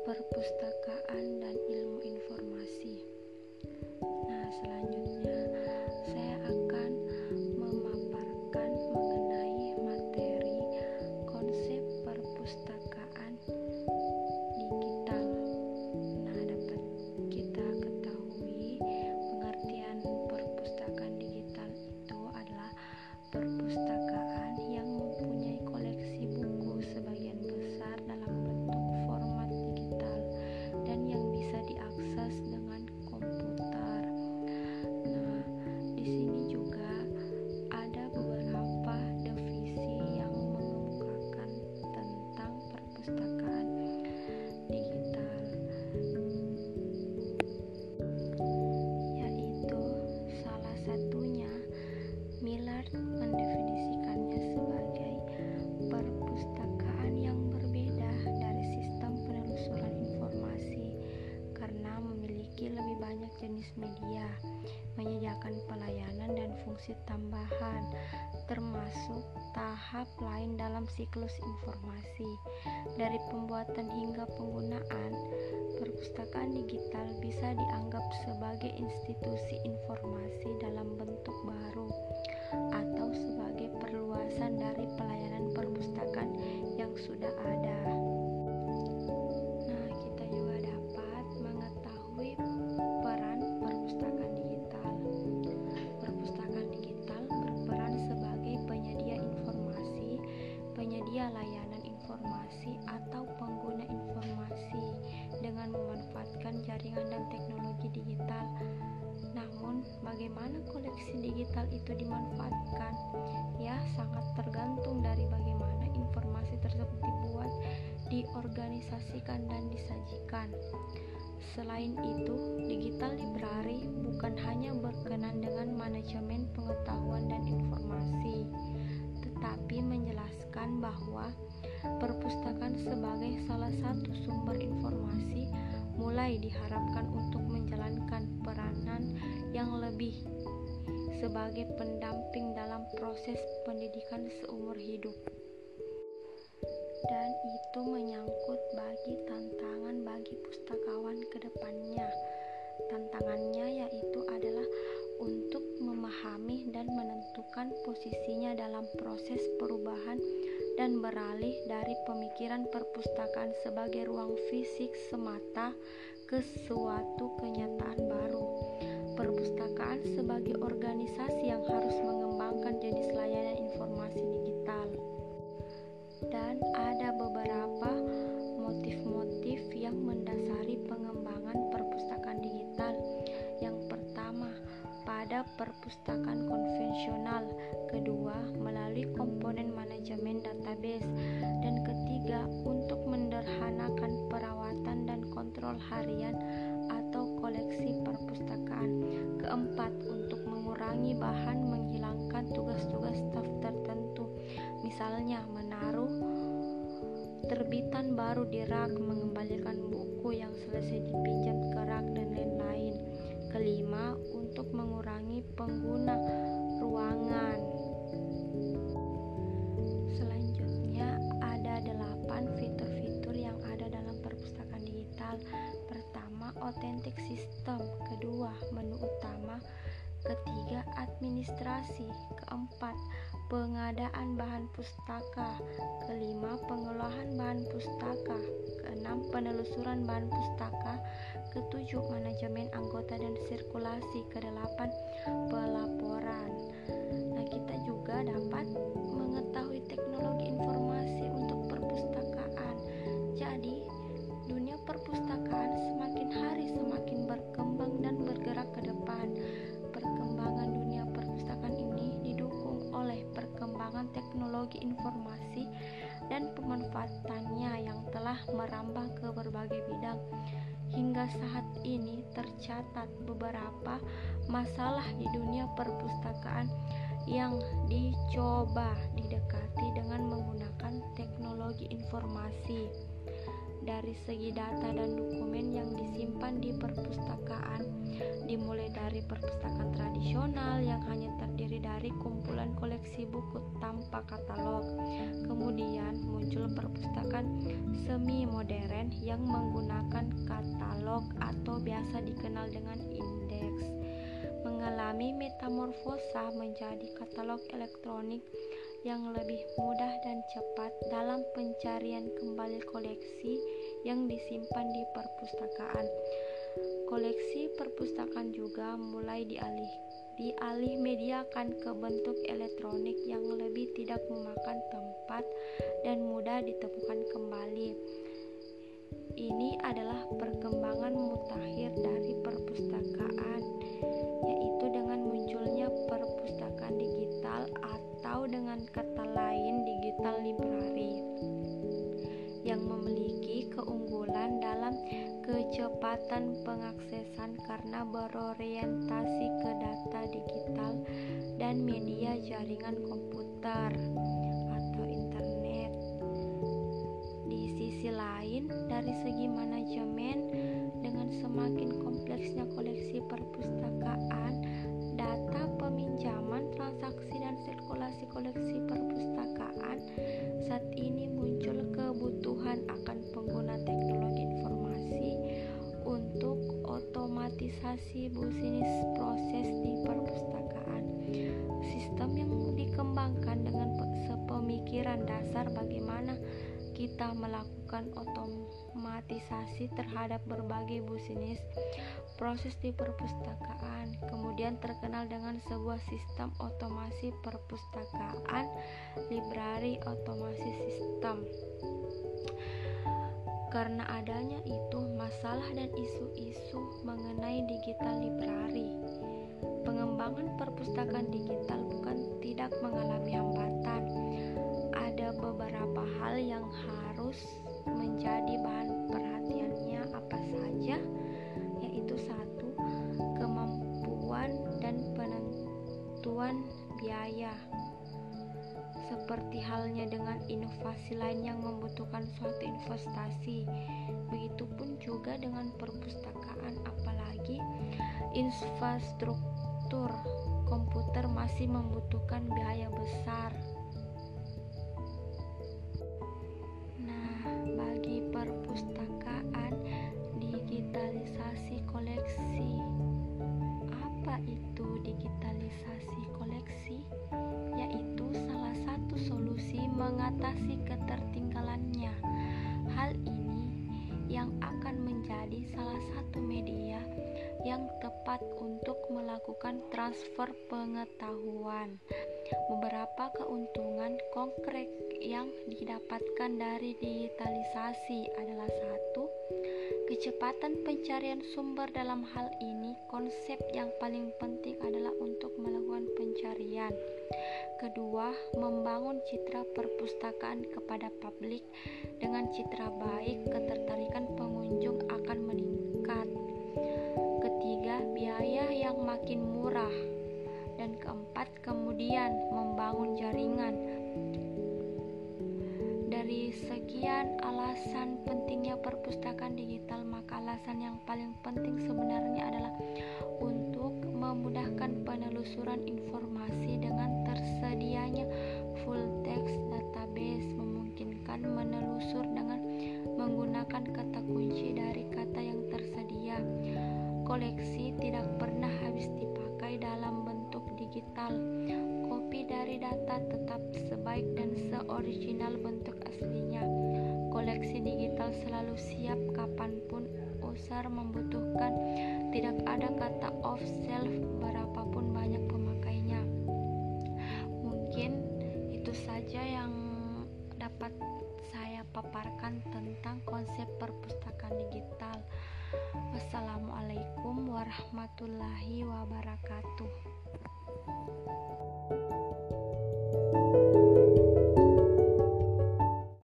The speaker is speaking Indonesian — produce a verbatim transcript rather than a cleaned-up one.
perpustakaan dan ilmu informasi. Nah, selanjutnya saya akan memaparkan mengenai materi konsep perpustakaan digital. Nah, dapat kita ketahui pengertian perpustakaan digital itu adalah perpustakaan yang mempunyai koleksi buku sebagian besar dalam bentuk format digital dan yang bisa diakses dengan komputer. Nah, di sini juga ada beberapa definisi yang mengemukakan tentang perpustakaan digital, yaitu salah satunya Millard mendefinisikannya sebagai perpustakaan yang berbeda dari sistem penelusuran informasi karena memiliki lebih banyak jenis media, menyediakan pelayanan dan fungsi tambahan, termasuk tahap lain dalam siklus informasi. Dari pembuatan hingga penggunaan, perpustakaan digital bisa dianggap sebagai institusi informasi dalam bentuk baru atau sebagai perluasan dari pelayanan perpustakaan yang sudah ada. Nah, kita juga dapat mengetahui peran perpustakaan digital. Perpustakaan digital berperan sebagai penyedia informasi, penyedia layanan informasi atau pengguna informasi dengan memanfaatkan jaringan dan teknologi digital. Namun, bagaimana koleksi digital itu dimanfaatkan? Ya, sangat tergantung dari bagaimana informasi tersebut dibuat, diorganisasikan, dan disajikan. Selain itu, digital library bukan hanya berkenan dengan manajemen pengetahuan dan informasi, tetapi menjelaskan bahwa perpustakaan sebagai salah satu sumber informasi mulai diharapkan untuk menjalankan peranan yang lebih sebagai pendamping dalam proses pendidikan seumur hidup. Dan itu menyangkut bagi tantangan bagi pustakawan ke depannya. Tantangannya yaitu adalah untuk memahami dan menentukan posisinya dalam proses perubahan dan beralih dari pemikiran perpustakaan sebagai ruang fisik semata ke suatu kenyataan baru. Perpustakaan sebagai organisasi yang harus mengembangkan jenis layanan informasi digital. Dan ada beberapa motif-motif yang mendasari pengembangan perpustakaan digital. Yang pertama, pada perpustakaan konvensional, kedua, melalui komponen manajemen database, dan ketiga, untuk menderhanakan perawatan dan kontrol harian atau koleksi perpustakaan, keempat, untuk mengurangi bahan menghilangkan tugas-tugas staf tertentu, misalnya menaruh terbitan baru di rak, mengembalikan buku yang selesai dipinjam ke rak, dan lain-lain. Kelima, untuk mengurangi pengguna ruangan. Selanjutnya ada delapan fitur-fitur yang ada dalam perpustakaan digital. Pertama, authentic system. Kedua, menu utama. Ketiga, administrasi. Keempat, pengadaan bahan pustaka. Kelima, pengelolaan bahan pustaka. Keenam, penelusuran bahan pustaka. Ketujuh, manajemen anggota dan sirkulasi. Kedelapan, pelaporan. Nah, kita juga dapat mengetahui teknologi informasi untuk perpustakaan. Jadi, dunia perpustakaan semakin hari semakin berkembang dan bergerak ke depan. Perkembangan dunia perpustakaan ini didukung oleh perkembangan teknologi informasi dan pemanfaatannya yang telah merambah ke berbagai bidang. Hingga saat ini tercatat beberapa masalah di dunia perpustakaan yang dicoba didekati dengan menggunakan teknologi informasi. dari segi data dan dokumen yang disimpan di perpustakaan, dimulai dari perpustakaan tradisional yang hanya terdiri dari kumpulan koleksi buku tanpa katalog. Kemudian muncul perpustakaan semi modern yang menggunakan katalog atau biasa dikenal dengan indeks, mengalami metamorfosa menjadi katalog elektronik yang lebih mudah dan cepat dalam pencarian kembali koleksi yang disimpan di perpustakaan. Koleksi perpustakaan juga mulai dialih dialih mediakan ke bentuk elektronik yang lebih tidak memakan tempat dan mudah ditemukan kembali. Ini adalah perkembangan mutakhir dari perpustakaan, yaitu dengan munculnya perpustakaan digital atau dengan kata lain digital library, yang memiliki keunggulan dalam kecepatan pengaksesan karena berorientasi ke data digital dan media jaringan komputer atau internet. Di sisi lain, dari segi manajemen, dengan semakin kompleksnya koleksi perpustakaan, data peminjaman, transaksi, dan sirkulasi koleksi perpustakaan, saat ini muncul kebutuhan akan pengguna teknologi informasi untuk otomatisasi bisnis proses di perpustakaan. Sistem yang dikembangkan dengan sepemikiran dasar bagaimana kita melakukan otomatisasi terhadap berbagai bisnis proses di perpustakaan, kemudian terkenal dengan sebuah sistem otomasi perpustakaan, library automation system. Karena adanya itu masalah dan isu-isu mengenai digital library, pengembangan perpustakaan digital bukan tidak mengalami hambatan. Ada beberapa hal yang harus menjadi bahan perhatiannya, apa saja, yaitu satu, kemampuan dan penentuan biaya. Seperti halnya dengan inovasi lain yang membutuhkan suatu investasi, begitupun juga dengan perpustakaan, apalagi infrastruktur komputer masih membutuhkan biaya besar. Nah, bagi perpustakaan, digitalisasi koleksi. Apa itu digitalisasi koleksi? Yaitu salah satu solusi mengatasi ketertinggalannya. Hal ini yang akan menjadi salah satu media yang tepat untuk melakukan transfer pengetahuan. Beberapa keuntungan konkret yang didapatkan dari digitalisasi adalah satu, kecepatan pencarian sumber. Dalam hal ini, konsep yang paling penting adalah untuk melakukan pencarian. Kedua, membangun citra perpustakaan kepada publik. Dengan citra baik, ketertarikan pengunjung akan meningkat. Ketiga, biaya yang makin murah. Dan keempat, kemudian membangun jaringan. Dari sekian alasan pentingnya perpustakaan digital, maka alasan yang paling penting sebenarnya adalah untuk memudahkan penelusuran informasi. Dengan tersedianya full text database, memungkinkan menelusur dengan menggunakan kata kunci dari kata yang tersedia. Koleksi tidak pernah habis dipakai dalam bentuk digital. Kopi dari data tetap sebaik dan seoriginal bentuk aslinya. Koleksi digital selalu siap kapanpun user membutuhkan. Tidak ada kata off shelf berapapun banyak pemakainya. Mungkin itu saja yang dapat saya paparkan tentang konsep perpustakaan digital. Wassalamualaikum warahmatullahi wabarakatuh.